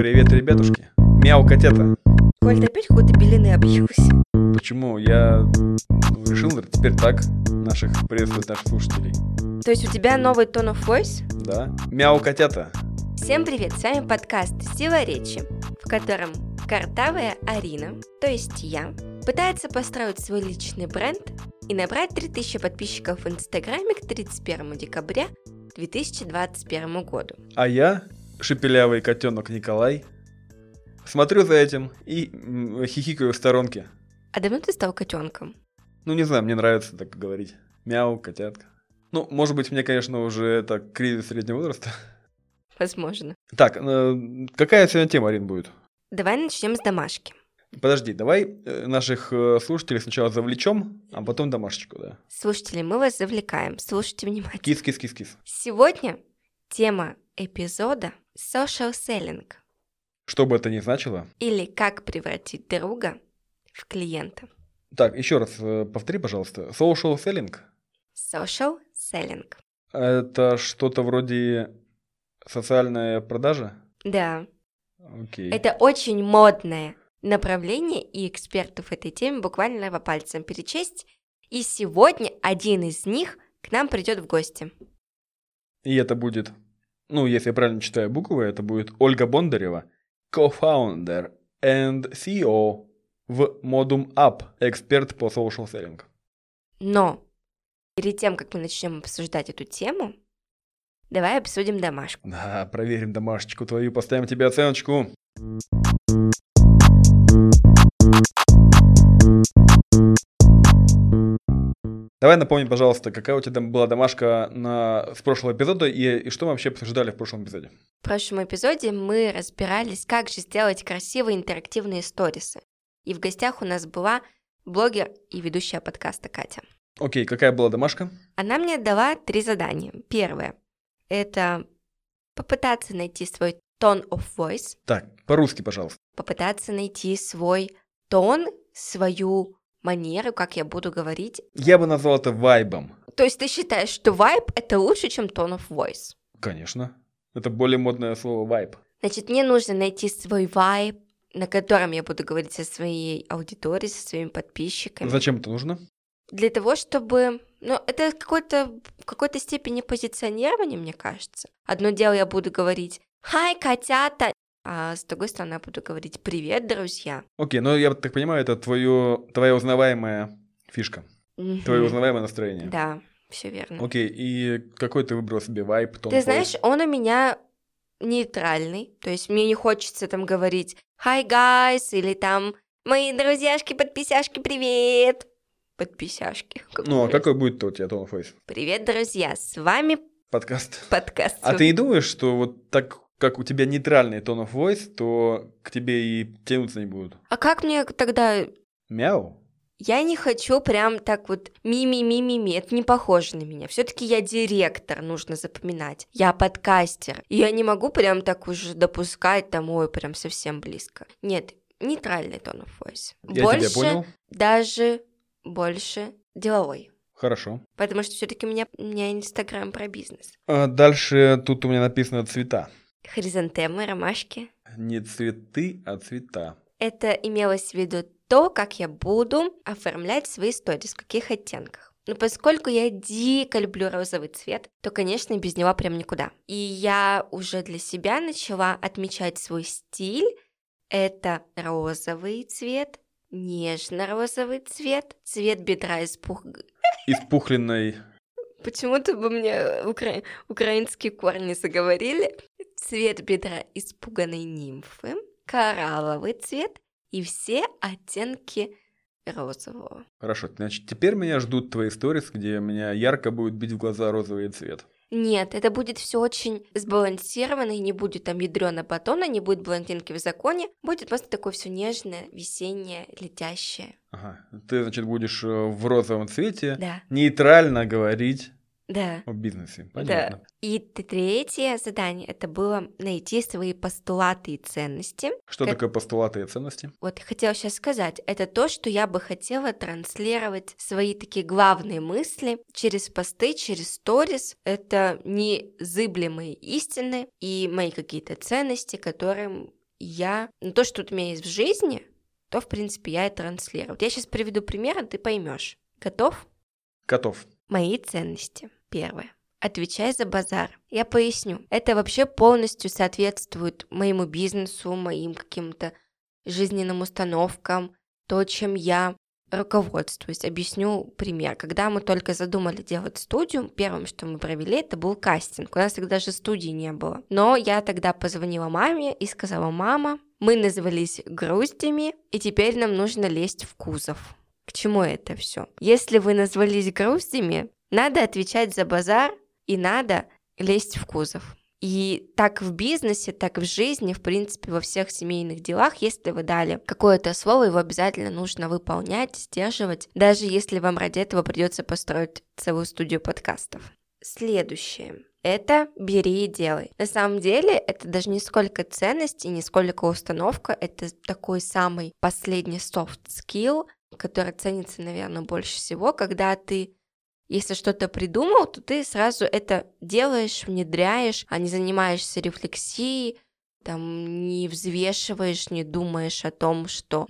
Привет, ребятушки. Мяу, котята. Коль, ты опять какой-то белины объелся. Почему? Я решил теперь так приветствовать наших слушателей. То есть у тебя новый tone of voice? Да. Мяу, котята. Всем привет, с вами подкаст «Сила речи», в котором картавая Арина, то есть я, пытается построить свой личный бренд и набрать 3000 подписчиков в Инстаграме к 31 декабря 2021 году. А я, шепелявый котенок Николай, смотрю за этим и хихикаю в сторонке. А давно ты стал котенком? Ну, не знаю, мне нравится так говорить. Мяу, котятка. Ну, может быть, мне, конечно, уже это кризис среднего возраста. Возможно. Так, какая сегодня тема, Арин, будет? Давай начнем с домашки. Подожди, давай наших слушателей сначала завлечем, а потом домашечку, да. Слушатели, мы вас завлекаем. Слушайте внимательно. Кис-кис-кис-кис. Сегодня тема эпизода social selling. Что бы это ни значило. Или как превратить друга в клиента. Так, еще раз повтори, пожалуйста. Social selling? Social selling. Это что-то вроде социальная продажа? Да. Окей. Это очень модное направление, и экспертов в этой теме буквально по пальцам перечесть. И сегодня один из них к нам придет в гости. И это будет, если я правильно читаю буквы, это будет Ольга Бондарева, co-founder and CEO в Modum App, эксперт по social selling. Но перед тем, как мы начнем обсуждать эту тему, давай обсудим домашку. Да, проверим домашечку твою, поставим тебе оценочку. Давай напомни, пожалуйста, какая у тебя была домашка с прошлого эпизода и что мы вообще обсуждали в прошлом эпизоде? В прошлом эпизоде мы разбирались, как же сделать красивые интерактивные сторисы. И в гостях у нас была блогер и ведущая подкаста Катя. Окей, какая была домашка? Она мне дала 3 задания. Первое – это попытаться найти свой tone of voice. Так, по-русски, пожалуйста. Попытаться найти свой тон, свою манеру, как я буду говорить. Я бы назвал это вайбом. То есть ты считаешь, что вайб – это лучше, чем tone of voice? Конечно. Это более модное слово вайб. Значит, мне нужно найти свой вайб, на котором я буду говорить со своей аудиторией, со своими подписчиками. Зачем это нужно? Для того, чтобы... это в какой-то степени позиционирование, мне кажется. Одно дело я буду говорить «Хай, котята!», а с другой стороны я буду говорить «Привет, друзья!». Окей, я так понимаю, это твоя узнаваемая фишка. Твое узнаваемое настроение. Да, все верно. Окей, и какой ты выбрал себе вайб? Ты знаешь, он у меня нейтральный. То есть мне не хочется там говорить «Hi, guys!» или там «Мои друзьяшки, подписяшки, привет!». Подписяшки. А какой будет у тебя tone of voice? Привет, друзья, с вами подкаст. А ты не думаешь, что вот так, как у тебя нейтральный tone of voice, то к тебе и тянуться не будут? А как мне тогда... Мяу? Я не хочу прям так вот ми-ми-ми-ми-ми, это не похоже на меня. Все-таки я директор, нужно запоминать. Я подкастер, и я не могу прям так уже допускать прям совсем близко. Нет, нейтральный tone of voice. Я тебя понял. Даже больше деловой. Хорошо. Потому что все-таки у меня Инстаграм про бизнес. Дальше тут у меня написано цвета. Хризантемы, ромашки. Не цветы, а цвета. Это имелось в виду то, как я буду оформлять свои сторис, в каких оттенках. Но поскольку я дико люблю розовый цвет, то, конечно, без него прям никуда. И я уже для себя начала отмечать свой стиль. Это розовый цвет, нежно-розовый цвет, цвет бедра испухленной. Почему-то бы мне украинские корни заговорили. Цвет бедра испуганной нимфы, коралловый цвет и все оттенки розового. Хорошо, значит, теперь меня ждут твои сторис, где меня ярко будет бить в глаза розовый цвет. Нет, это будет все очень сбалансировано, и не будет там ядрёна батона, не будет блондинки в законе, будет просто такое все нежное, весеннее, летящее. Ага, ты, значит, будешь в розовом цвете нейтрально говорить о бизнесе. Понятно. Да. И третье задание, это было найти свои постулаты и ценности. Что такое постулаты и ценности? Вот хотела сейчас сказать, это то, что я бы хотела транслировать свои такие главные мысли через посты, через сторис. Это незыблемые истины и мои какие-то ценности, которым то, что у меня есть в жизни, то, в принципе, я и транслирую. Вот я сейчас приведу пример, а ты поймешь. Готов? Готов. Мои ценности. Первое. Отвечай за базар. Я поясню. Это вообще полностью соответствует моему бизнесу, моим каким-то жизненным установкам, то, чем я руководствуюсь. Объясню пример. Когда мы только задумали делать студию, первым, что мы провели, это был кастинг. У нас тогда даже студии не было. Но я тогда позвонила маме и сказала: мама, мы назвались груздями, и теперь нам нужно лезть в кузов. К чему это все? Если вы назвались груздями, надо отвечать за базар и надо лезть в кузов. И так в бизнесе, так в жизни, в принципе, во всех семейных делах, если вы дали какое-то слово, его обязательно нужно выполнять, сдерживать, даже если вам ради этого придется построить целую студию подкастов. Следующее. Это бери и делай. На самом деле, это даже не сколько ценность и не сколько установка, это такой самый последний soft skill, который ценится, наверное, больше всего, когда ты, если что-то придумал, то ты сразу это делаешь, внедряешь, а не занимаешься рефлексией, не взвешиваешь, не думаешь о том, что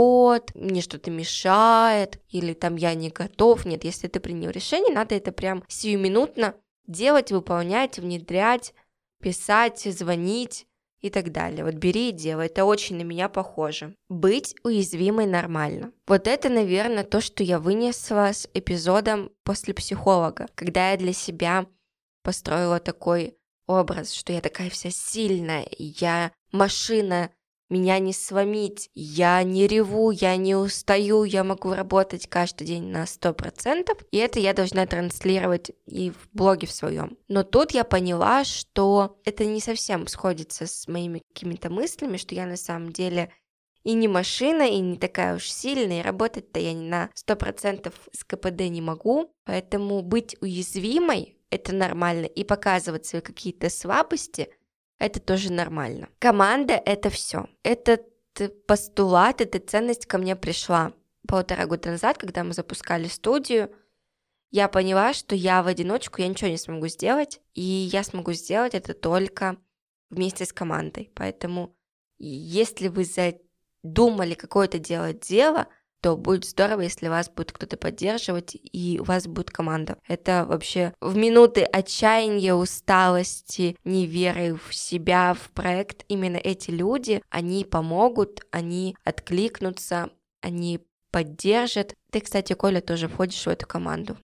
мне что-то мешает, или я не готов. Нет, если ты принял решение, надо это прям сиюминутно делать, выполнять, внедрять, писать, звонить и так далее. Вот бери и делай, это очень на меня похоже. Быть уязвимой нормально. Вот это, наверное, то, что я вынесла с эпизодом после психолога, когда я для себя построила такой образ, что я такая вся сильная, я машина, меня не сломить, я не реву, я не устаю, я могу работать каждый день на 100%, и это я должна транслировать и в блоге в своем. Но тут я поняла, что это не совсем сходится с моими какими-то мыслями, что я на самом деле и не машина, и не такая уж сильная, и работать-то я на 100% с КПД не могу, поэтому быть уязвимой — это нормально, и показывать свои какие-то слабости — это тоже нормально. Команда — это все. Этот постулат, эта ценность ко мне пришла 1,5 года назад, когда мы запускали студию. Я поняла, что я в одиночку ничего не смогу сделать, и я смогу сделать это только вместе с командой. Поэтому если вы задумали какое-то делать дело, то будет здорово, если вас будет кто-то поддерживать, и у вас будет команда. Это вообще в минуты отчаяния, усталости, неверы в себя, в проект, именно эти люди, они помогут, они откликнутся, они поддержат. Ты, кстати, Коля, тоже входишь в эту команду.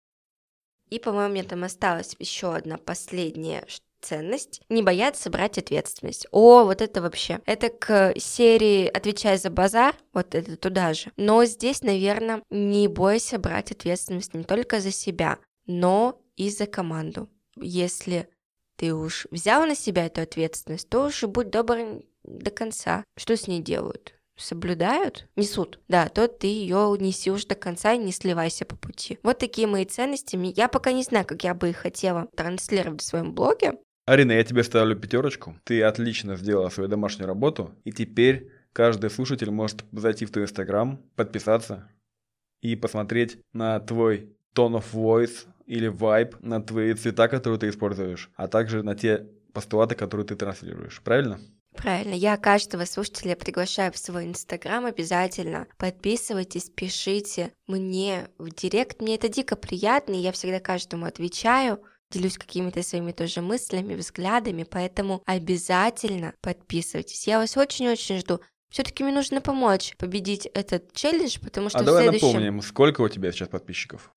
И, по-моему, мне там осталась еще одна последняя ценность — не бояться брать ответственность. Вот это вообще. Это к серии «Отвечай за базар», вот это туда же. Но здесь, наверное, не бойся брать ответственность не только за себя, но и за команду. Если ты уж взял на себя эту ответственность, то уж и будь добр до конца. Что с ней делают? Соблюдают? Несут. Да, то ты ее неси уж до конца и не сливайся по пути. Вот такие мои ценности. Я пока не знаю, как я бы их хотела транслировать в своем блоге. Арина, я тебе ставлю 5. Ты отлично сделала свою домашнюю работу, и теперь каждый слушатель может зайти в твой Инстаграм, подписаться и посмотреть на твой tone of voice или vibe, на твои цвета, которые ты используешь, а также на те постулаты, которые ты транслируешь. Правильно? Правильно, я каждого слушателя приглашаю в свой Инстаграм обязательно. Подписывайтесь, пишите мне в директ, мне это дико приятно, и я всегда каждому отвечаю, делюсь какими-то своими тоже мыслями, взглядами, поэтому обязательно подписывайтесь. Я вас очень-очень жду. Все-таки мне нужно помочь победить этот челлендж, потому что давай напомним, сколько у тебя сейчас подписчиков?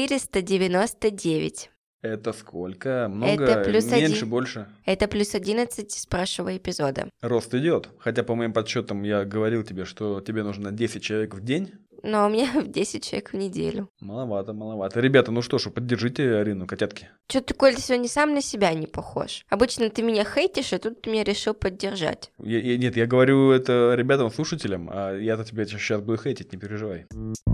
499. Это сколько? Много? Это Меньше, больше? Это плюс 11 с прошлого эпизода. Рост идет. Хотя по моим подсчетам я говорил тебе, что тебе нужно 10 человек в день. Но у меня 10 человек в неделю. Маловато. Ребята, ну что ж, поддержите Арину, котятки. Что-то, Коль, ты сегодня сам на себя не похож. Обычно ты меня хейтишь, а тут ты меня решил поддержать. Нет, я говорю это ребятам, слушателям, а я-то тебя сейчас буду хейтить, не переживай.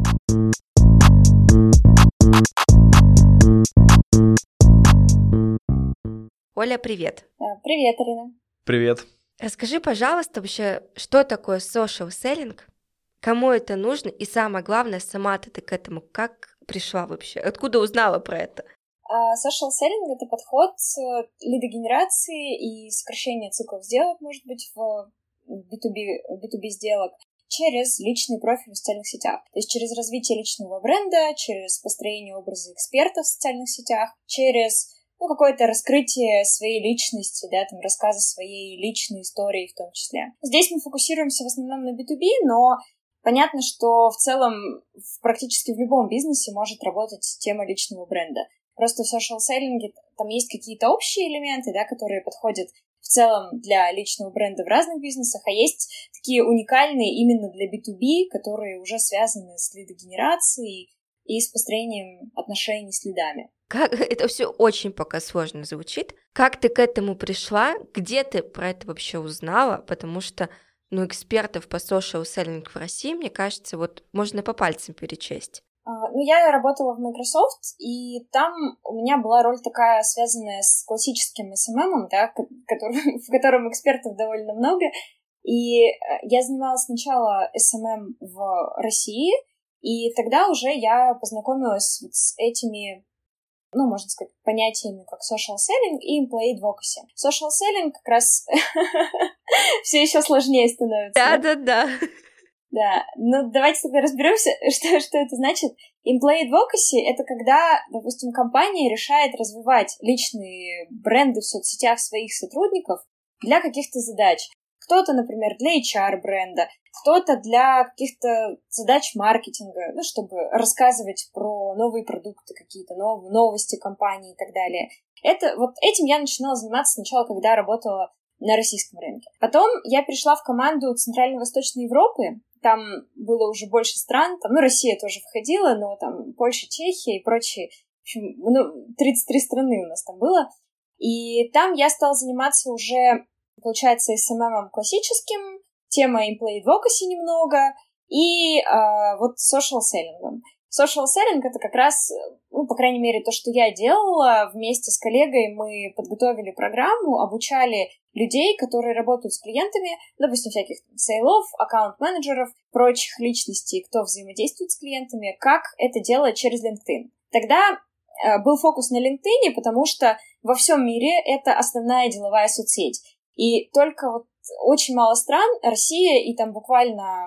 Оля, привет. Привет, Арина. Привет. Расскажи, пожалуйста, вообще, что такое social selling, кому это нужно, и самое главное, сама ты к этому как пришла вообще? Откуда узнала про это? Social selling — это подход лидогенерации и сокращения циклов сделок, может быть, в B2B сделок через личный профиль в социальных сетях. То есть через развитие личного бренда, через построение образа эксперта в социальных сетях, через какое-то раскрытие своей личности, да, там, рассказы своей личной истории в том числе. Здесь мы фокусируемся в основном на B2B, но понятно, что в целом практически в любом бизнесе может работать тема личного бренда. Просто в social-селлинге там есть какие-то общие элементы, да, которые подходят в целом для личного бренда в разных бизнесах, а есть такие уникальные именно для B2B, которые уже связаны с лидогенерацией и с построением отношений с лидами. Как это все очень пока сложно звучит. Как ты к этому пришла? Где ты про это вообще узнала? Потому что, экспертов по social-selling в России, мне кажется, вот можно по пальцам перечесть. Я работала в Microsoft, и там у меня была роль такая, связанная с классическим SMM, да, в котором экспертов довольно много. И я занималась сначала SMM в России, и тогда уже я познакомилась с этими, можно сказать, понятиями, как social selling и employee advocacy. Social selling как раз все еще сложнее становится. Да. Да, давайте тогда разберемся, что это значит. Employee advocacy — это когда, допустим, компания решает развивать личные бренды в соцсетях своих сотрудников для каких-то задач. Кто-то, например, для HR-бренда, кто-то для каких-то задач маркетинга, чтобы рассказывать про новые продукты какие-то, новости компании и так далее. Этим я начинала заниматься сначала, когда работала на российском рынке. Потом я перешла в команду Центрально-Восточной Европы. Там было уже больше стран. Там, Россия тоже входила, но там Польша, Чехия и прочие. В общем, 33 страны у нас там было. И там я стала заниматься уже, получается, SMM классическим, темой employee advocacy немного, и social selling. Social selling — это как раз, по крайней мере, то, что я делала. Вместе с коллегой мы подготовили программу, обучали людей, которые работают с клиентами, допустим, всяких сейлов, аккаунт-менеджеров, прочих личностей, кто взаимодействует с клиентами, как это делать через LinkedIn. Тогда был фокус на LinkedIn, потому что во всем мире это основная деловая соцсеть. И только очень мало стран, Россия и там буквально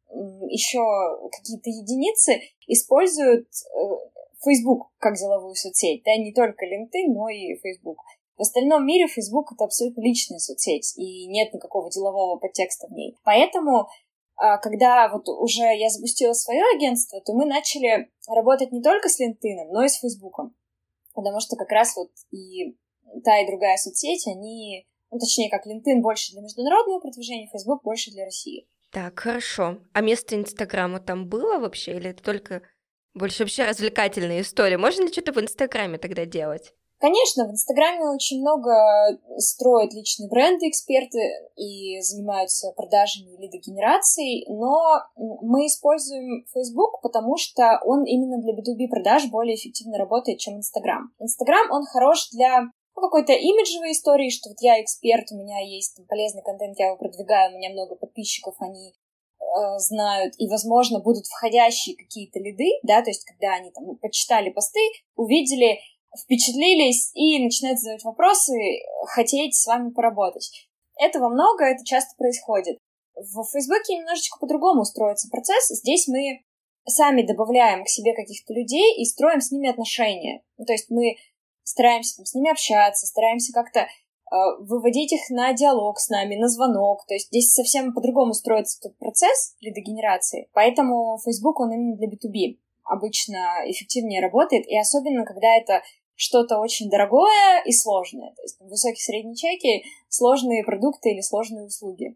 еще какие-то единицы используют Facebook как деловую соцсеть. Да, не только LinkedIn, но и Facebook. В остальном мире Facebook — это абсолютно личная соцсеть, и нет никакого делового подтекста в ней. Поэтому, когда уже я запустила свое агентство, то мы начали работать не только с LinkedIn, но и с Facebook. Потому что как раз и та, и другая соцсеть, они, точнее, как LinkedIn больше для международного продвижения, Facebook больше для России. Так, хорошо. А место Инстаграма там было вообще? Или это только больше вообще развлекательная история? Можно ли что-то в Инстаграме тогда делать? Конечно, в Инстаграме очень много строят личные бренды эксперты и занимаются продажами и лидогенерацией, но мы используем Facebook, потому что он именно для B2B продаж более эффективно работает, чем Инстаграм. Инстаграм, он хорош для какой-то имиджевой истории, что я эксперт, у меня есть полезный контент, я его продвигаю, у меня много подписчиков, они знают, и, возможно, будут входящие какие-то лиды, да, то есть когда они там почитали посты, увидели, впечатлились и начинают задавать вопросы, хотеть с вами поработать. Этого много, это часто происходит. В Фейсбуке немножечко по-другому строится процесс. Здесь мы сами добавляем к себе каких-то людей и строим с ними отношения. То есть мы стараемся с ними общаться, стараемся как-то выводить их на диалог с нами, на звонок. То есть здесь совсем по-другому строится этот процесс лидогенерации. Поэтому Facebook, он именно для B2B обычно эффективнее работает, и особенно, когда это что-то очень дорогое и сложное. То есть высокие средние чеки, сложные продукты или сложные услуги.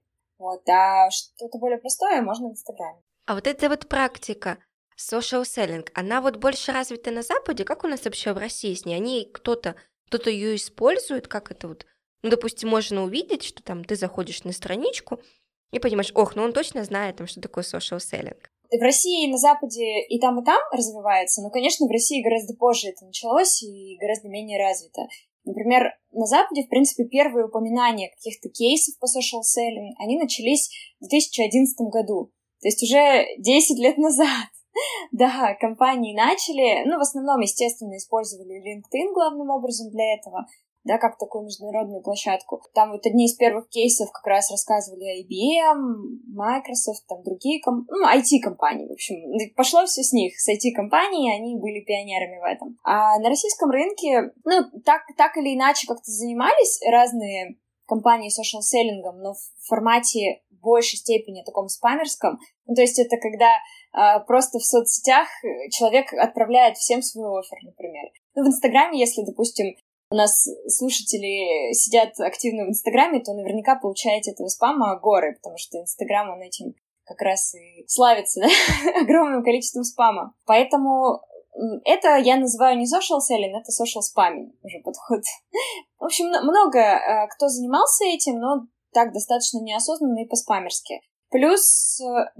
А что-то более простое можно в Инстаграме. А эта практика social selling, она больше развита на Западе? Как у нас вообще в России с ней? Кто-то ее использует? Как это допустим, можно увидеть, что там ты заходишь на страничку и понимаешь, он точно знает, что такое social selling. В России, на Западе и там развивается, но, конечно, в России гораздо позже это началось и гораздо менее развито. Например, на Западе, в принципе, первые упоминания каких-то кейсов по social selling, они начались в 2011 году, то есть уже 10 лет назад. Да, компании начали, в основном, естественно, использовали LinkedIn главным образом для этого, да, как такую международную площадку. Там вот одни из первых кейсов как раз рассказывали о IBM, Microsoft, там другие IT-компании, в общем. Пошло все с них, с IT-компаний, они были пионерами в этом. А на российском рынке, так или иначе как-то занимались разные компании social-селлингом, но в формате в большей степени таком спамерском. То есть это когда просто в соцсетях человек отправляет всем свой оффер, например. В Инстаграме, если, допустим, у нас слушатели сидят активно в Инстаграме, то наверняка получаете этого спама горы, потому что Инстаграм, он этим как раз и славится, да? Огромным количеством спама. Поэтому это я называю не social selling, это social spamming уже подход. В общем, много кто занимался этим, но так достаточно неосознанно и по-спамерски. Плюс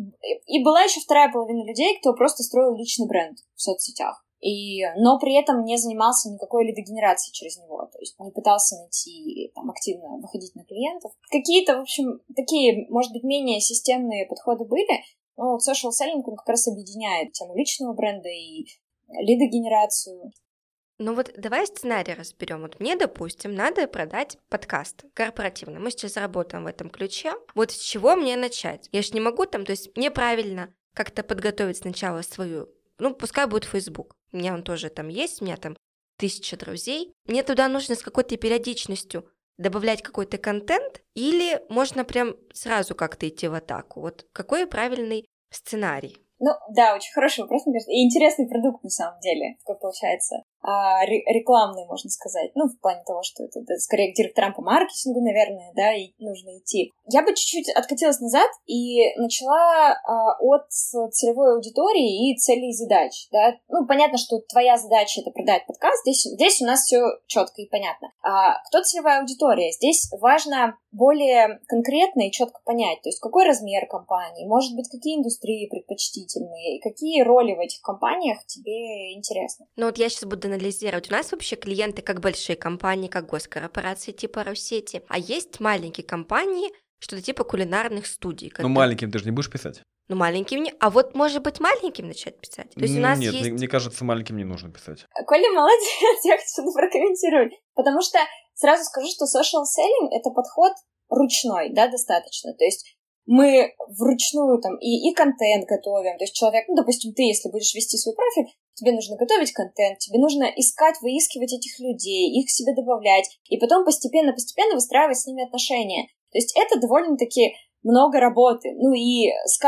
и была еще вторая половина людей, кто просто строил личный бренд в соцсетях. Но при этом не занимался никакой лидогенерацией через него, то есть не пытался найти, там, активно выходить на клиентов. Какие-то, в общем, такие, может быть, менее системные подходы были, но social selling он как раз объединяет тему личного бренда и лидогенерацию. Ну вот давай сценарий разберем. Вот мне, допустим, надо продать подкаст корпоративно. Мы сейчас работаем в этом ключе. Вот с чего мне начать? Я ж не могу там, то есть мне правильно как-то подготовить сначала свою, пускай будет Facebook. У меня он тоже там есть, у меня там 1000 друзей. Мне туда нужно с какой-то периодичностью добавлять какой-то контент, или можно прям сразу как-то идти в атаку? Вот какой правильный сценарий? Да, очень хороший вопрос, мне кажется, и интересный продукт на самом деле, такой получается, рекламный, можно сказать, в плане того, что это скорее к директорам по маркетингу, наверное, да, и нужно идти. Я бы чуть-чуть откатилась назад и начала от целевой аудитории и целей и задач, да. Понятно, что твоя задача — это продать подкаст, здесь у нас все четко и понятно. Кто целевая аудитория? Здесь важно более конкретно и четко понять, то есть какой размер компании, может быть, какие индустрии предпочтительные, и какие роли в этих компаниях тебе интересны. Вот я сейчас буду анализировать. У нас вообще клиенты как большие компании, как госкорпорации типа Россети, а есть маленькие компании, что-то типа кулинарных студий. Маленьким ты же не будешь писать? Маленьким не... А вот, может быть, маленьким начать писать? То есть у нас Нет, есть... мне кажется, маленьким не нужно писать. Коля молодец, я хочу что-то прокомментировать. Потому что сразу скажу, что social selling — это подход ручной, да, достаточно. То есть мы вручную там и контент готовим. То есть человек, допустим, ты, если будешь вести свой профиль, тебе нужно готовить контент, тебе нужно искать, выискивать этих людей, их к себе добавлять, и потом постепенно выстраивать с ними отношения. То есть это довольно-таки много работы. И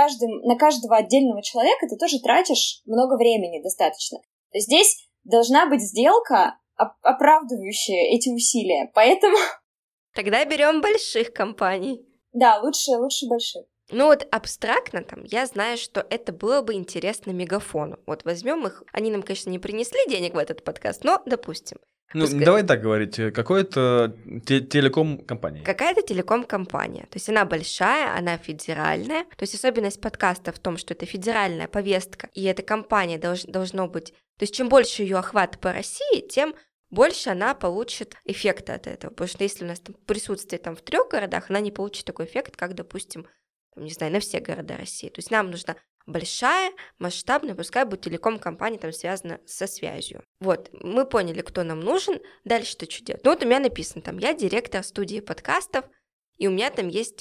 на каждого отдельного человека ты тоже тратишь много времени достаточно. То есть здесь должна быть сделка, оправдывающая эти усилия. Поэтому... Тогда берем больших компаний. Да, лучше больших. Абстрактно я знаю, что это было бы интересно Мегафону. Вот возьмем их, они нам, конечно, не принесли денег в этот подкаст, но допустим. Давай так говорить, какой-то телеком-компания. Какая-то телеком-компания, то есть она большая, она федеральная, то есть особенность подкаста в том, что это федеральная повестка, и эта компания должно быть, то есть чем больше ее охват по России, тем больше она получит эффекта от этого, потому что если у нас там присутствие в 3 городах, она не получит такой эффект, как, допустим, не знаю, на все города России. То есть нам нужна большая, масштабная, пускай будет телеком-компания связана со связью. Вот, мы поняли, кто нам нужен, дальше-то что делать? У меня написано, я директор студии подкастов, и у меня там есть,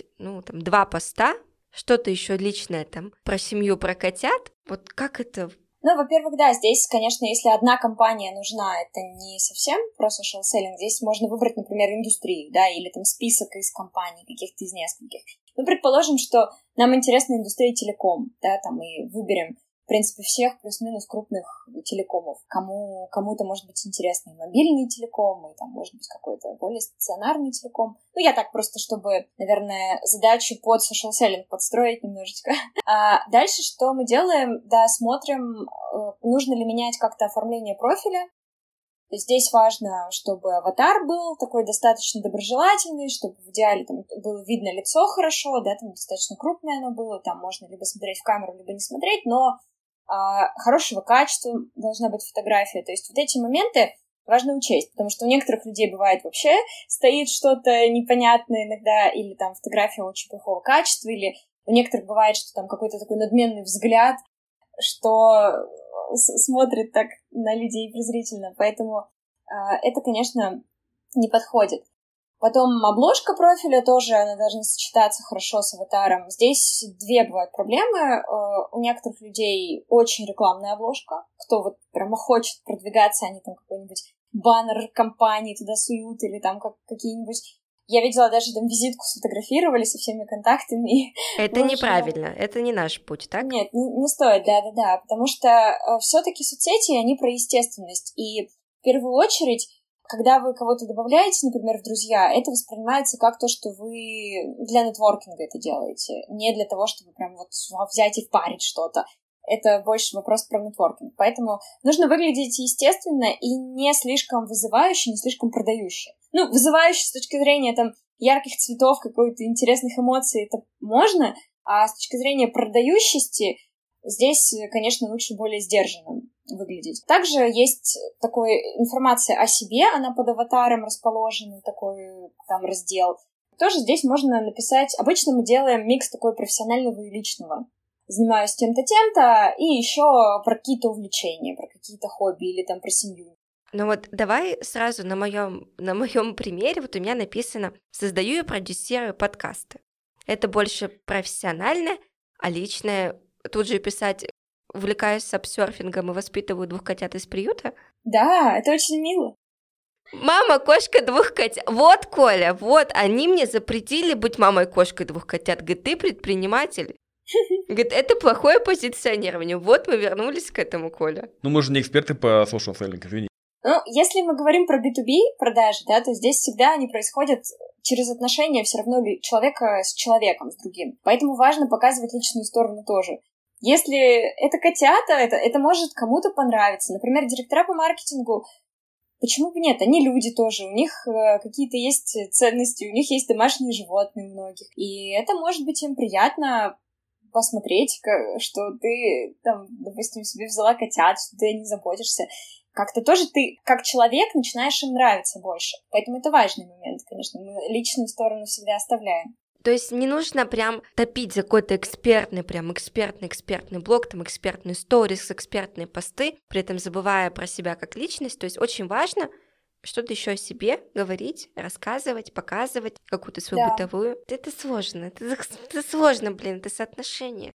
2 поста, что-то еще личное про семью, про котят. Вот как это... Во-первых, да, здесь, конечно, если одна компания нужна, это не совсем про social selling. Здесь можно выбрать, например, индустрию, да, или список из компаний, каких-то из нескольких. Предположим, что нам интересна индустрия телеком, да, и выберем, в принципе, всех плюс-минус крупных телекомов. Кому-то может быть интересны и мобильный телеком, и может быть какой-то более стационарный телеком. Я так просто, чтобы, наверное, задачу под social selling подстроить немножечко. А дальше что мы делаем? Да, смотрим, нужно ли менять как-то оформление профиля. То есть здесь важно, чтобы аватар был такой достаточно доброжелательный, чтобы в идеале было видно лицо хорошо, да, достаточно крупное оно было, можно либо смотреть в камеру, либо не смотреть, но хорошего качества должна быть фотография. То есть вот эти моменты важно учесть, потому что у некоторых людей бывает вообще стоит что-то непонятное иногда, или фотография очень плохого качества, или у некоторых бывает, что какой-то такой надменный взгляд, что смотрит так на людей презрительно. Поэтому это, конечно, не подходит. Потом обложка профиля тоже, она должна сочетаться хорошо с аватаром. Здесь две бывают проблемы. У некоторых людей очень рекламная обложка. Кто вот прямо хочет продвигаться, они там какой-нибудь баннер компании туда суют или там какие-нибудь... Я видела даже там визитку сфотографировали со всеми контактами. Это неправильно, это не наш путь, так? Нет, не стоит, да, потому что все-таки соцсети, они про естественность. И в первую очередь, когда вы кого-то добавляете, например, в друзья, это воспринимается как то, что вы для нетворкинга это делаете, не для того, чтобы прям вот взять и впарить что-то. Это больше вопрос про нетворкинг. Поэтому нужно выглядеть естественно и не слишком вызывающе, не слишком продающе. Ну, вызывающе с точки зрения там ярких цветов, какой-то интересных эмоций, это можно, а с точки зрения продающести здесь, конечно, лучше более сдержанным выглядеть. Также есть такая информация о себе, она под аватаром расположена, такой там раздел. Тоже здесь можно написать... Обычно мы делаем микс такой профессионального и личного. Занимаюсь тем-то, и еще про какие-то увлечения, про какие-то хобби или там про семью. Ну вот давай сразу на моем примере, вот у меня написано «Создаю и продюсирую подкасты». Это больше профессионально, а личное тут же писать «Увлекаюсь сапсерфингом и воспитываю 2 котят из приюта». Да, это очень мило. Мама, кошка, 2 котят. Вот, Коля, вот, они мне запретили быть мамой, кошкой, 2 котят. Говорит, ты предприниматель. Говорит, это плохое позиционирование. Вот мы вернулись к этому, Коля. Ну, мы же не эксперты по social selling, извини. Ну, если мы говорим про B2B продажи, да, то здесь всегда они происходят через отношения все равно человека с человеком, с другим. Поэтому важно показывать личную сторону тоже. Если это котята, это может кому-то понравиться. Например, директора по маркетингу, почему бы нет? Они люди тоже, у них какие-то есть ценности, у них есть домашние животные у многих. И это может быть им приятно посмотреть, что ты, там, допустим, себе взяла котят, что ты о них заботишься. Как-то тоже ты, как человек, начинаешь им нравиться больше. Поэтому это важный момент, конечно. Мы личную сторону всегда оставляем. То есть не нужно прям топить за какой-то экспертный блог, там экспертный сторис, экспертные посты, при этом забывая про себя как личность. То есть очень важно что-то еще о себе говорить, рассказывать, показывать, какую-то свою бытовую. Это сложно, это сложно, блин, это соотношение.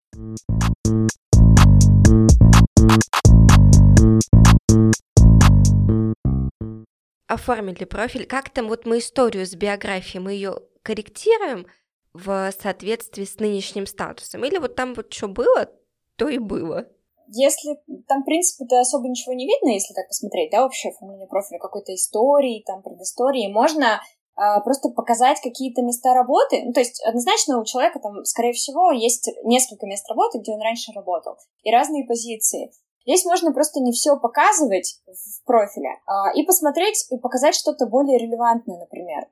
Оформили профиль. Как там вот мы историю с биографией, мы ее корректируем в соответствии с нынешним статусом? Или вот там вот что было, то и было? Если там, в принципе-то, особо ничего не видно, если так посмотреть, да, общее оформление профиля, какой-то истории, там, предыстории, можно просто показать какие-то места работы. Ну, то есть однозначно у человека там, скорее всего, есть несколько мест работы, где он раньше работал, и разные позиции. Здесь можно просто не все показывать в профиле и посмотреть, и показать что-то более релевантное, например,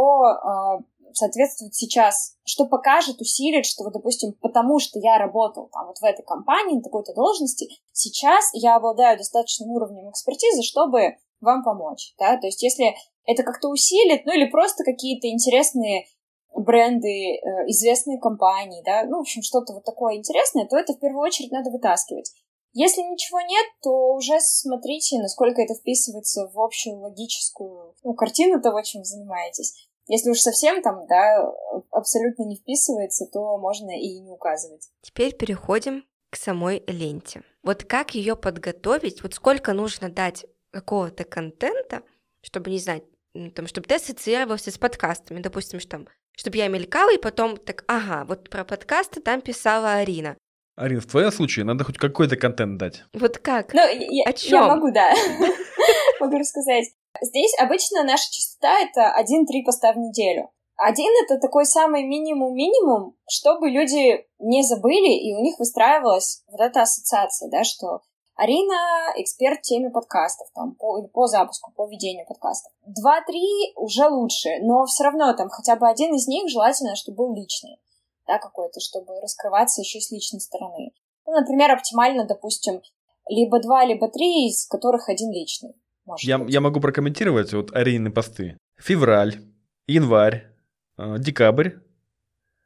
что соответствует сейчас, что покажет, усилит, что, вот, допустим, потому что я работал там вот в этой компании, на такой-то должности, сейчас я обладаю достаточным уровнем экспертизы, чтобы вам помочь, да, то есть если это как-то усилит, ну или просто какие-то интересные бренды, известные компании, да, ну, в общем, что-то вот такое интересное, то это в первую очередь надо вытаскивать. Если ничего нет, то уже смотрите, насколько это вписывается в общую логическую картину того, чем вы занимаетесь. Если уж совсем там, да, абсолютно не вписывается, то можно и не указывать. Теперь переходим к самой ленте. Вот как ее подготовить, вот сколько нужно дать какого-то контента, чтобы, не знаю, там, чтобы ты ассоциировался с подкастами, допустим, что там, чтобы я мелькала, и потом так, ага, вот про подкасты там писала Арина. Арина, в твоем случае надо хоть какой-то контент дать. Вот как? Ну, о чем? Я могу, да. Могу рассказать. Здесь обычно наша частота — это 1-3 поста в неделю. 1 — это такой самый минимум, чтобы люди не забыли, и у них выстраивалась вот эта ассоциация, да, что Арина — эксперт в теме подкастов, там, по запуску, по ведению подкастов. 2-3 уже лучше, но все равно там хотя бы один из них желательно, чтобы был личный, да, какой-то, чтобы раскрываться еще с личной стороны. Ну, например, оптимально, допустим, либо 2, либо 3, из которых 1 личный. Я могу прокомментировать вот Аринины посты. Февраль, январь, декабрь,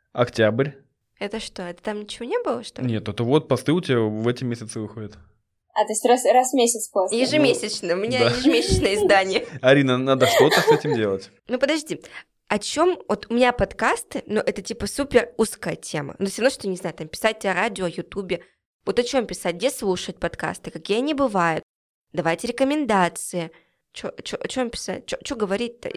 октябрь. Это что, это там ничего не было, что ли? Нет, это вот посты у тебя в эти месяцы выходят. то есть раз в месяц постим. Ежемесячно, у меня ежемесячное издание. Арина, надо что-то с этим делать. Ну подожди, о чем вот у меня подкасты, но это типа супер узкая тема. Но все равно, что, не знаю, там писать о радио, ютубе. Вот о чем писать, где слушать подкасты, какие они бывают. Давайте рекомендации. О чем писать? Что говорить-то?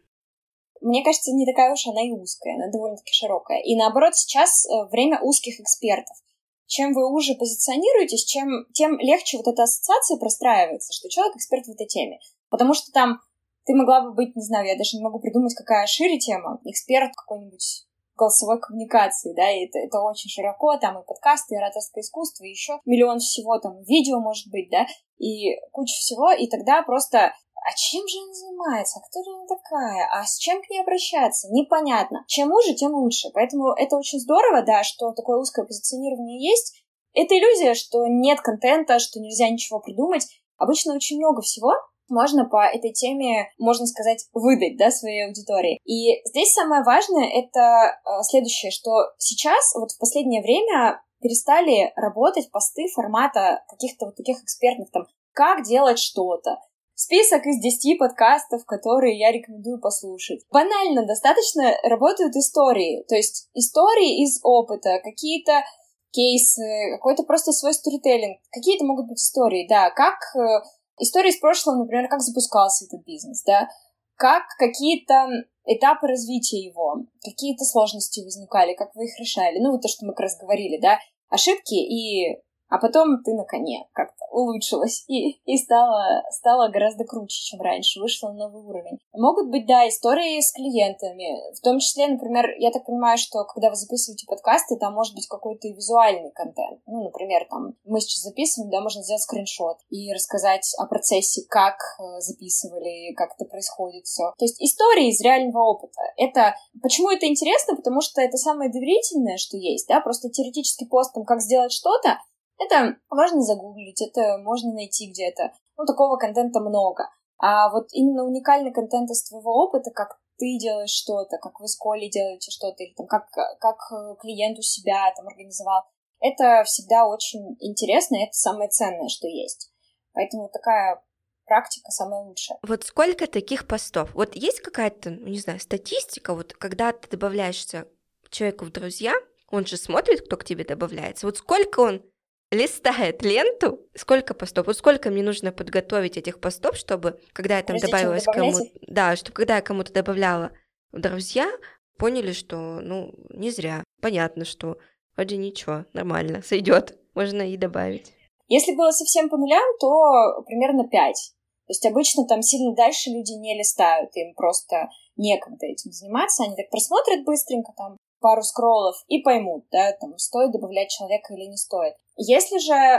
Мне кажется, не такая уж она и узкая, она довольно-таки широкая. И наоборот, сейчас время узких экспертов. Чем вы уже позиционируетесь, тем легче вот эта ассоциация простраивается, что человек эксперт в этой теме. Потому что там ты могла бы быть, не знаю, я даже не могу придумать, какая шире тема, эксперт какой-нибудь голосовой коммуникации, да, и это очень широко, там и подкасты, и ораторское искусство, и еще миллион всего, там видео, может быть, да, и куча всего, и тогда просто, а чем же она занимается, а кто же она такая, а с чем к ней обращаться, непонятно. Чем уже, тем лучше, поэтому это очень здорово, да, что такое узкое позиционирование есть. Это иллюзия, что нет контента, что нельзя ничего придумать. Обычно очень много всего можно по этой теме, можно сказать, выдать, да, своей аудитории. И здесь самое важное — это следующее, что сейчас, вот в последнее время перестали работать посты формата каких-то вот таких экспертных, там, как делать что-то. Список из 10 подкастов, которые я рекомендую послушать. Банально, достаточно работают истории, то есть истории из опыта, какие-то кейсы, какой-то просто свой сторителлинг. Какие-то могут быть истории, да, как истории из прошлого, например, как запускался этот бизнес, да, как какие-то этапы развития его, какие-то сложности возникали, как вы их решали. Ну, вот то, что мы как раз говорили, да, ошибки а потом ты на коне как-то улучшилась и стала гораздо круче, чем раньше, вышла на новый уровень. Могут быть, да, истории с клиентами, в том числе, например, я так понимаю, что когда вы записываете подкасты, там может быть какой-то визуальный контент. Ну, например, там мы сейчас записываем, да, можно сделать скриншот и рассказать о процессе, как записывали, как это происходит все. То есть истории из реального опыта. Почему это интересно? Потому что это самое доверительное, что есть, да, просто теоретический пост, там, как сделать что-то, это можно загуглить, это можно найти где-то. Ну, такого контента много. А вот именно уникальный контент из твоего опыта, как ты делаешь что-то, как вы с Колей делаете что-то, или там, как клиент у себя там организовал, это всегда очень интересно, и это самое ценное, что есть. Поэтому такая практика самая лучшая. Вот сколько таких постов? Вот есть какая-то, не знаю, статистика, вот когда ты добавляешься человеку в друзья, он же смотрит, кто к тебе добавляется. Вот сколько он листает ленту, сколько постов, вот сколько мне нужно подготовить этих постов, чтобы, когда я там добавилась кому-то, да, чтобы когда я кому-то добавляла в друзья, поняли, что, ну, не зря, понятно, что вроде ничего, нормально, сойдет, можно и добавить. Если было совсем по нулям, то примерно 5. То есть обычно там сильно дальше люди не листают, им просто некогда этим заниматься, они так просмотрят быстренько там пару скроллов и поймут, да, там, стоит добавлять человека или не стоит. Если же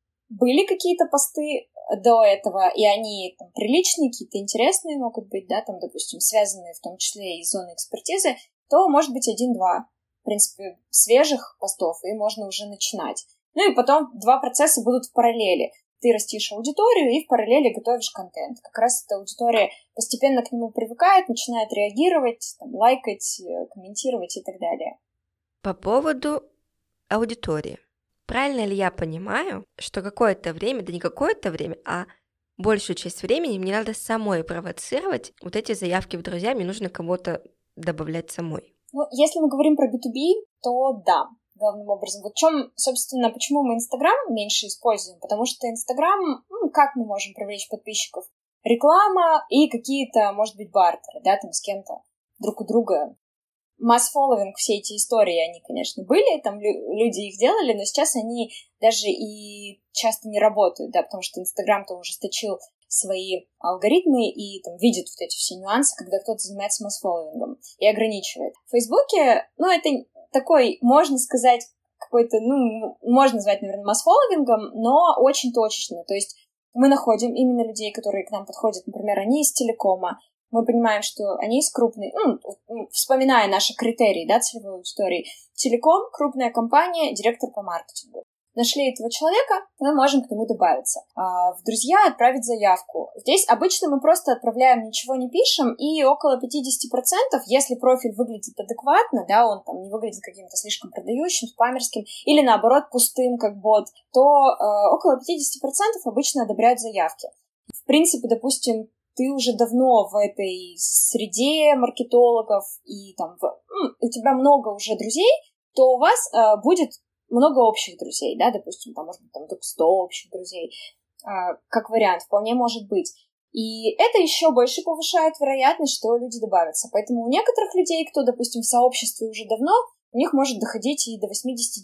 были какие-то посты до этого, и они там приличные, какие-то интересные могут быть, да, там, допустим, связанные в том числе и с зоной экспертизы, то может быть 1-2, в принципе, свежих постов, и можно уже начинать. Ну и потом 2 процесса будут в параллели. Ты растишь аудиторию и в параллели готовишь контент. Как раз эта аудитория постепенно к нему привыкает, начинает реагировать, там, лайкать, комментировать и так далее. По поводу аудитории. Правильно ли я понимаю, что какое-то время, да не какое-то время, а большую часть времени мне надо самой провоцировать вот эти заявки в друзья, мне нужно кого-то добавлять самой? Ну, если мы говорим про B2B, то да, главным образом. Вот в чем, собственно, почему мы Инстаграм меньше используем? Потому что Инстаграм, как мы можем привлечь подписчиков? Реклама и какие-то, может быть, бартеры, да, там с кем-то друг у друга. Масс-фолловинг, все эти истории, они, конечно, были, там люди их делали, но сейчас они даже и часто не работают, да, потому что Инстаграм-то ужесточил свои алгоритмы и там видит вот эти все нюансы, когда кто-то занимается масс-фолловингом и ограничивает. В Фейсбуке, это такой, можно сказать, какой-то, можно назвать, наверное, масс-фолловингом, но очень точечно. То есть мы находим именно людей, которые к нам подходят, например, они из телекома, мы понимаем, что они из крупной, вспоминая наши критерии, да, целевой аудитории, телеком, крупная компания, директор по маркетингу. нашли этого человека, мы можем к нему добавиться. В друзья отправить заявку. Здесь обычно мы просто отправляем, ничего не пишем, и около 50%, если профиль выглядит адекватно, да, он там не выглядит каким-то слишком продающим, спамерским, или наоборот пустым, как бот, то около 50% обычно одобряют заявки. В принципе, допустим, ты уже давно в этой среде маркетологов, и там у тебя много уже друзей, то у вас будет много общих друзей, да, допустим, там, может быть, там, только 100 общих друзей, как вариант, вполне может быть. И это еще больше повышает вероятность, что люди добавятся. Поэтому у некоторых людей, кто, допустим, в сообществе уже давно, у них может доходить и до 80-90%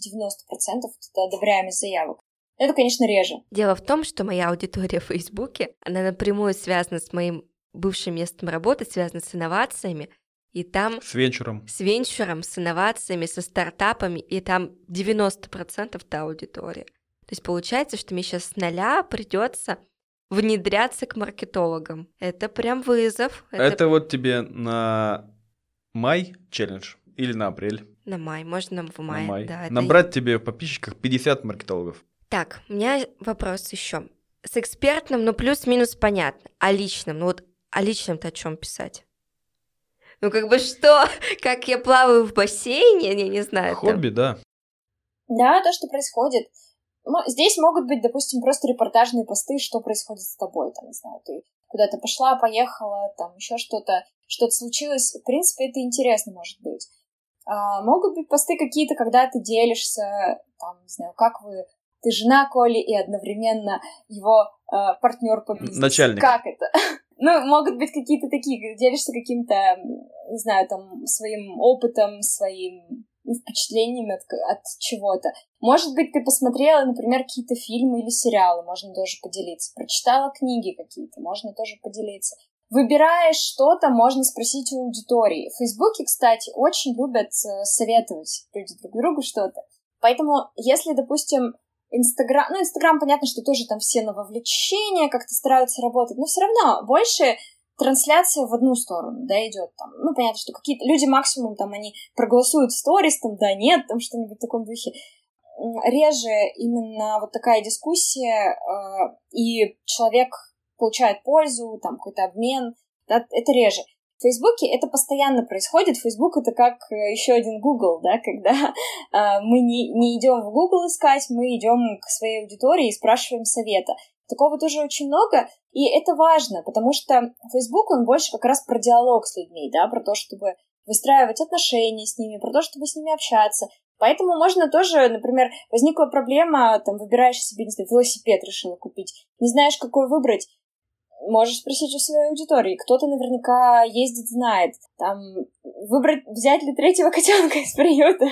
одобряемых заявок. Это, конечно, реже. Дело в том, что моя аудитория в Фейсбуке, она напрямую связана с моим бывшим местом работы, связана с инновациями, и там... С венчуром. С венчуром, с инновациями, со стартапами, и там 90% та аудитория. То есть получается, что мне сейчас с нуля придется внедряться к маркетологам. Это прям вызов. Это вот тебе на май челлендж или на апрель? На май, можно в мае. На май. Да, Набрать тебе в подписчиках 50 маркетологов. Так, у меня вопрос еще. С экспертным, плюс-минус понятно. А личным? О личном-то о чем писать? Что? Как я плаваю в бассейне? Я не знаю. Хобби, да. Да, то, что происходит. Здесь могут быть, допустим, просто репортажные посты, что происходит с тобой. Там, не знаю, ты куда-то пошла, поехала, там еще что-то случилось. В принципе, это интересно может быть. Могут быть посты какие-то, когда ты делишься, там, не знаю, ты жена Коли и одновременно его партнер по бизнесу. Начальник. Как это? Могут быть какие-то такие, делишься каким-то, не знаю, там, своим опытом, своим впечатлениями от чего-то. Может быть, ты посмотрела, например, какие-то фильмы или сериалы, можно тоже поделиться. Прочитала книги какие-то, можно тоже поделиться. Выбираешь что-то, можно спросить у аудитории. В Фейсбуке, кстати, очень любят советовать люди друг другу что-то. Поэтому, если, допустим, Инстаграм, понятно, что тоже там все на вовлечение как-то стараются работать, но все равно больше трансляция в одну сторону, да, идет там. Понятно, что какие-то люди максимум там, они проголосуют в сторис, там, да, нет, там что-нибудь в таком духе. Реже именно вот такая дискуссия, и человек получает пользу, там, какой-то обмен, да, это реже. В Фейсбуке это постоянно происходит. Фейсбук — это как еще один Google, да, когда мы не идем в Google искать, мы идем к своей аудитории и спрашиваем совета. Такого тоже очень много, и это важно, потому что Facebook, он больше как раз про диалог с людьми, да, про то, чтобы выстраивать отношения с ними, про то, чтобы с ними общаться. Поэтому можно тоже, например, возникла проблема, там, выбираешь себе, не знаю, велосипед решила купить, не знаешь, какой выбрать, можешь спросить у своей аудитории. Кто-то наверняка ездит, знает. Там, взять ли третьего котенка из приюта?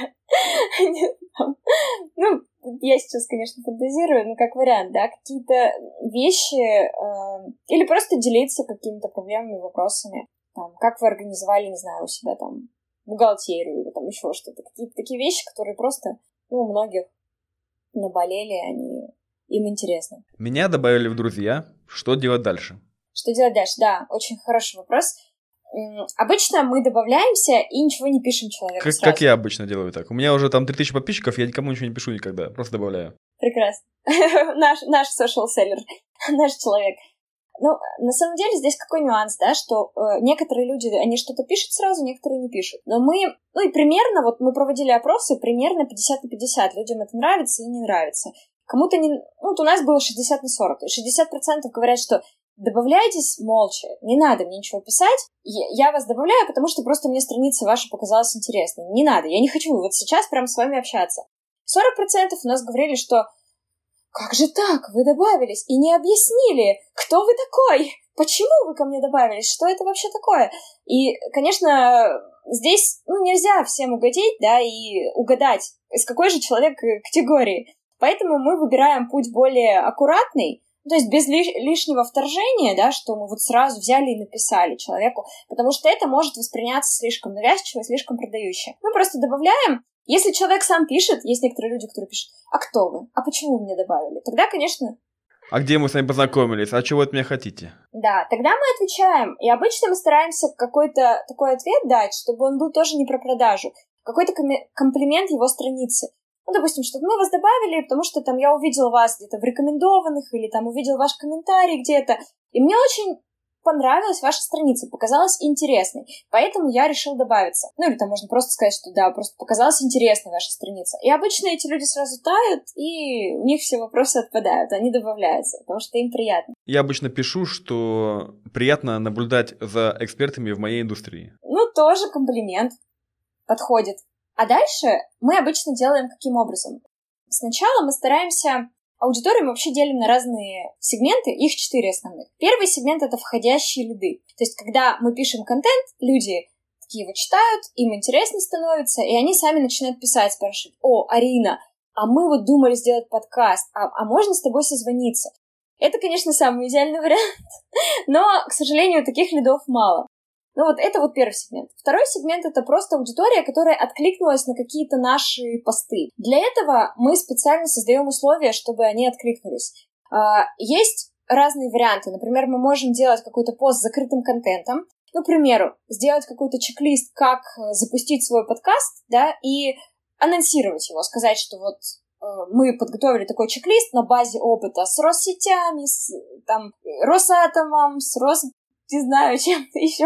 Я сейчас, конечно, фантазирую, но как вариант, да, какие-то вещи, или просто делиться какими-то проблемами, вопросами. Там, как вы организовали, не знаю, у себя там бухгалтерию или там еще что-то. Какие-то такие вещи, которые просто, у многих наболели, им интересно. Меня добавили в друзья. Что делать дальше? Что делать дальше? Да, очень хороший вопрос. Обычно мы добавляемся и ничего не пишем человеку сразу. Как я обычно делаю так. У меня уже там 3000 подписчиков, я никому ничего не пишу никогда, просто добавляю. Прекрасно. Наш social seller, наш человек. На самом деле здесь какой нюанс, да, что некоторые люди, они что-то пишут сразу, некоторые не пишут. Но мы, и примерно, вот мы проводили опросы, примерно 50 на 50. Людям это нравится и не нравится. Кому-то не... у нас было 60 на 40. То есть 60% говорят, что добавляйтесь молча, не надо мне ничего писать, я вас добавляю, потому что просто мне страница ваша показалась интересной. Не надо, я не хочу вот сейчас прям с вами общаться. 40% у нас говорили, что как же так, вы добавились и не объяснили, кто вы такой, почему вы ко мне добавились, что это вообще такое. И, конечно, здесь нельзя всем угодить, да, и угадать, из какой же человек категории. Поэтому мы выбираем путь более аккуратный, то есть без лишнего вторжения, да, что мы вот сразу взяли и написали человеку, потому что это может восприняться слишком навязчиво, слишком продающе. Мы просто добавляем. Если человек сам пишет, есть некоторые люди, которые пишут: а кто вы? А почему вы меня добавили? Тогда, конечно... А где мы с вами познакомились? А чего вы от меня хотите? Да, тогда мы отвечаем. И обычно мы стараемся какой-то такой ответ дать, чтобы он был тоже не про продажу. Какой-то комплимент его страницы. Ну, допустим, что мы вас добавили, потому что там я увидела вас где-то в рекомендованных или там увидела ваш комментарий где-то, и мне очень понравилась ваша страница, показалась интересной, поэтому я решил добавиться. Ну, или там можно просто сказать, что да, просто показалась интересной ваша страница. И обычно эти люди сразу тают, и у них все вопросы отпадают, они добавляются, потому что им приятно. Я обычно пишу, что приятно наблюдать за экспертами в моей индустрии. Ну, тоже комплимент. Подходит. А дальше мы обычно делаем каким образом? Сначала мы стараемся... Аудиторию мы вообще делим на разные сегменты, их 4 основных. Первый сегмент — это входящие лиды. То есть, когда мы пишем контент, люди такие его читают, им интересно становится, и они сами начинают писать, спрашивать: «О, Арина, а мы вот думали сделать подкаст, а можно с тобой созвониться?» Это, конечно, самый идеальный вариант, но, к сожалению, таких лидов мало. Ну вот это вот первый сегмент. Второй сегмент — это просто аудитория, которая откликнулась на какие-то наши посты. Для этого мы специально создаем условия, чтобы они откликнулись. Есть разные варианты. Например, мы можем делать какой-то пост с закрытым контентом. Ну, к примеру, сделать какой-то чек-лист, как запустить свой подкаст, да, и анонсировать его, сказать, что вот мы подготовили такой чек-лист на базе опыта с Россетями, с там, Росатомом, с не знаю, чем-то еще.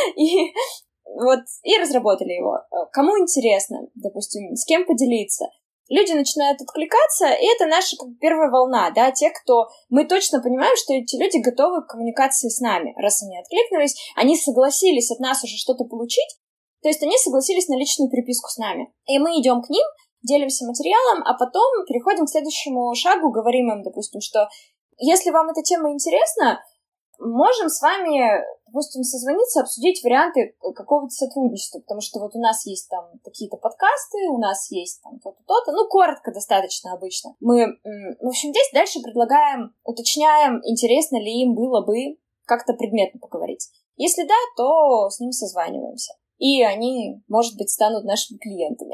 И вот, и разработали его. Кому интересно, допустим, с кем поделиться. Люди начинают откликаться, и это наша как бы первая волна, да, те, кто... Мы точно понимаем, что эти люди готовы к коммуникации с нами. Раз они откликнулись, они согласились от нас уже что-то получить, то есть они согласились на личную переписку с нами. И мы идем к ним, делимся материалом, а потом переходим к следующему шагу, говорим им, допустим, что если вам эта тема интересна, можем с вами, допустим, созвониться, обсудить варианты какого-то сотрудничества, потому что вот у нас есть там какие-то подкасты, у нас есть там то-то, то-то, ну, коротко достаточно обычно. Мы, в общем, здесь дальше предлагаем, уточняем, интересно ли им было бы как-то предметно поговорить. Если да, то с ним созваниваемся. И они, может быть, станут нашими клиентами.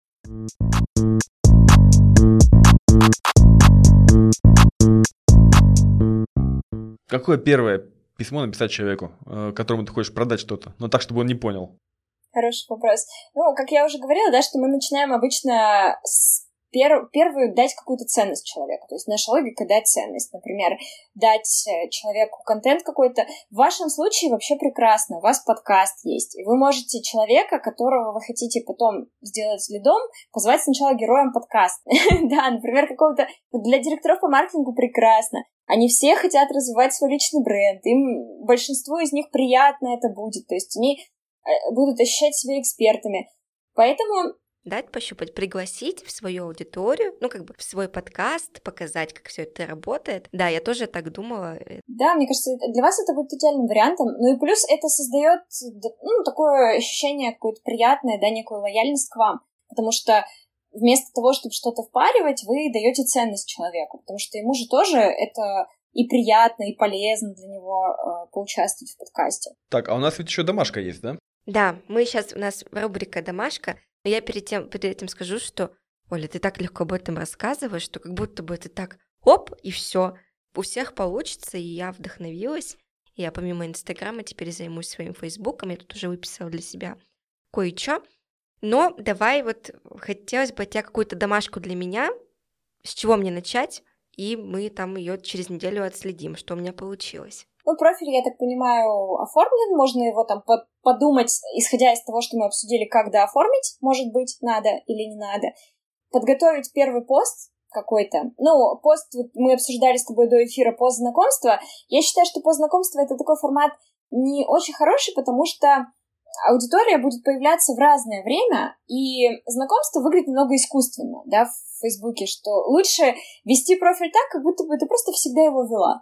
Какое первое письмо написать человеку, которому ты хочешь продать что-то, но так, чтобы он не понял? Хороший вопрос. Ну, как я уже говорила, да, что мы начинаем обычно с первую дать какую-то ценность человеку. То есть наша логика — дать ценность. Например, дать человеку контент какой-то. В вашем случае вообще прекрасно. У вас подкаст есть. И вы можете человека, которого вы хотите потом сделать лидом, позвать сначала героем подкаста. Да, например, какого-то... Для директоров по маркетингу прекрасно. Они все хотят развивать свой личный бренд. Им большинству из них приятно это будет. То есть они будут ощущать себя экспертами. Поэтому... Дать пощупать, пригласить в свою аудиторию, ну, как бы в свой подкаст, показать, как все это работает. Да, я тоже так думала. Да, мне кажется, для вас это будет идеальным вариантом. Ну и плюс это создает, ну, такое ощущение какое-то приятное, да, некую лояльность к вам. Потому что вместо того, чтобы что-то впаривать, вы даете ценность человеку. Потому что ему же тоже это и приятно, и полезно для него поучаствовать в подкасте. Так, а у нас ведь еще домашка есть, да? Да, у нас рубрика «Домашка», но я перед этим скажу, что, Оля, ты так легко об этом рассказываешь, что как будто бы это так, оп, и все, у всех получится, и я вдохновилась. Я помимо Инстаграма теперь займусь своим Фейсбуком, я тут уже выписала для себя кое-что. Но давай вот, хотелось бы от тебя какую-то домашку для меня, с чего мне начать, и мы там ее через неделю отследим, что у меня получилось. Ну, профиль, я так понимаю, оформлен, можно его там подумать, исходя из того, что мы обсудили, как дооформить, может быть, надо или не надо. Подготовить первый пост какой-то. Ну, пост, вот мы обсуждали с тобой до эфира пост знакомства. Я считаю, что пост знакомства — это такой формат не очень хороший, потому что аудитория будет появляться в разное время, и знакомство выглядит немного искусственно, да, в Фейсбуке, что лучше вести профиль так, как будто бы ты просто всегда его вела.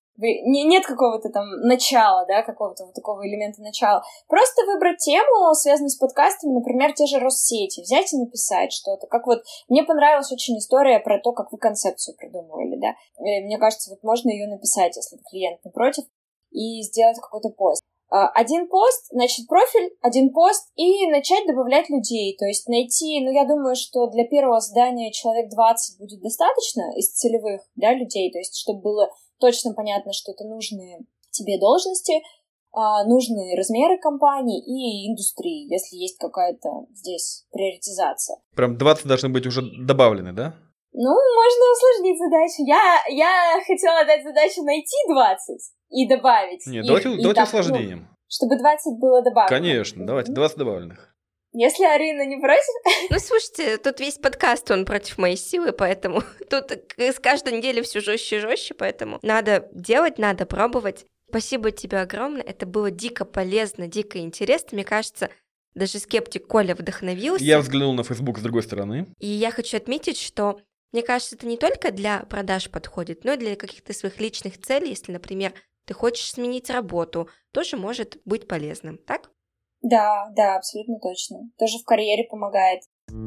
Нет какого-то там начала, да, какого-то вот такого элемента начала. Просто выбрать тему, связанную с подкастами, например, те же Россети, взять и написать что-то. Как вот мне понравилась очень история про то, как вы концепцию придумывали, да. И мне кажется, вот можно ее написать, если клиент не против, и сделать какой-то пост. Один пост, значит, профиль, один пост, и начать добавлять людей. То есть найти, ну, я думаю, что для первого задания человек 20 будет достаточно из целевых, да, людей, то есть чтобы было точно понятно, что это нужные тебе должности. нужные размеры компании и индустрии, если есть какая-то здесь приоритизация. Прям 20 должны быть уже добавлены, да? Ну, можно усложнить задачу. Я хотела дать задачу найти 20 и добавить. Нет, их, давайте усложнением. Чтобы 20 было добавлено. Конечно, давайте 20 добавленных. Если Арина не против... Ну, слушайте, тут весь подкаст, он против моей силы, поэтому тут с каждой недели все жестче и жестче, поэтому надо делать, надо пробовать. Спасибо тебе огромное, это было дико полезно, дико интересно, мне кажется, даже скептик Коля вдохновился. Я взглянул на Facebook с другой стороны. И я хочу отметить, что, мне кажется, это не только для продаж подходит, но и для каких-то своих личных целей, если, например, ты хочешь сменить работу, тоже может быть полезным, так? Да, абсолютно точно. Тоже в карьере помогает.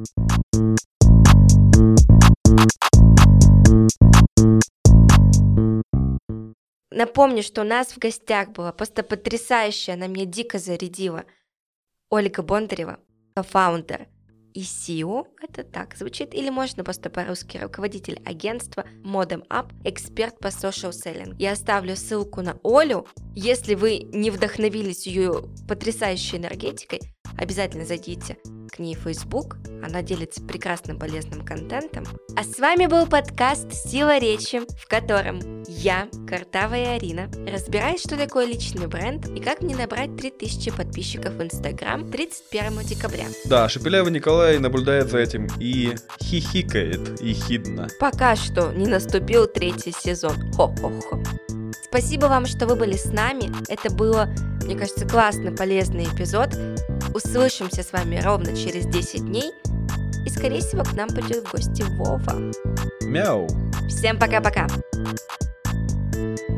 Напомню, что у нас в гостях была просто потрясающая, она меня дико зарядила, Ольга Бондарева, кофаундер и CEO, это так звучит, или можно просто по-русски, руководитель агентства Modem Up, эксперт по social selling. Я оставлю ссылку на Олю. Если вы не вдохновились ее потрясающей энергетикой, обязательно зайдите к ней в Facebook, она делится прекрасным полезным контентом. А с вами был подкаст «Сила речи», в котором я, Картавая Арина, разбираюсь, что такое личный бренд и как мне набрать 3000 подписчиков в Instagram 31 декабря. Да, Шепелявый Николай наблюдает за этим и хихикает ехидно. Пока что не наступил 3-й сезон. Хо-хо-хо. Спасибо вам, что вы были с нами. Это было, мне кажется, классный, полезный эпизод. Услышимся с вами ровно через 10 дней. И, скорее всего, к нам придет в гости Вова. Мяу. Всем пока-пока.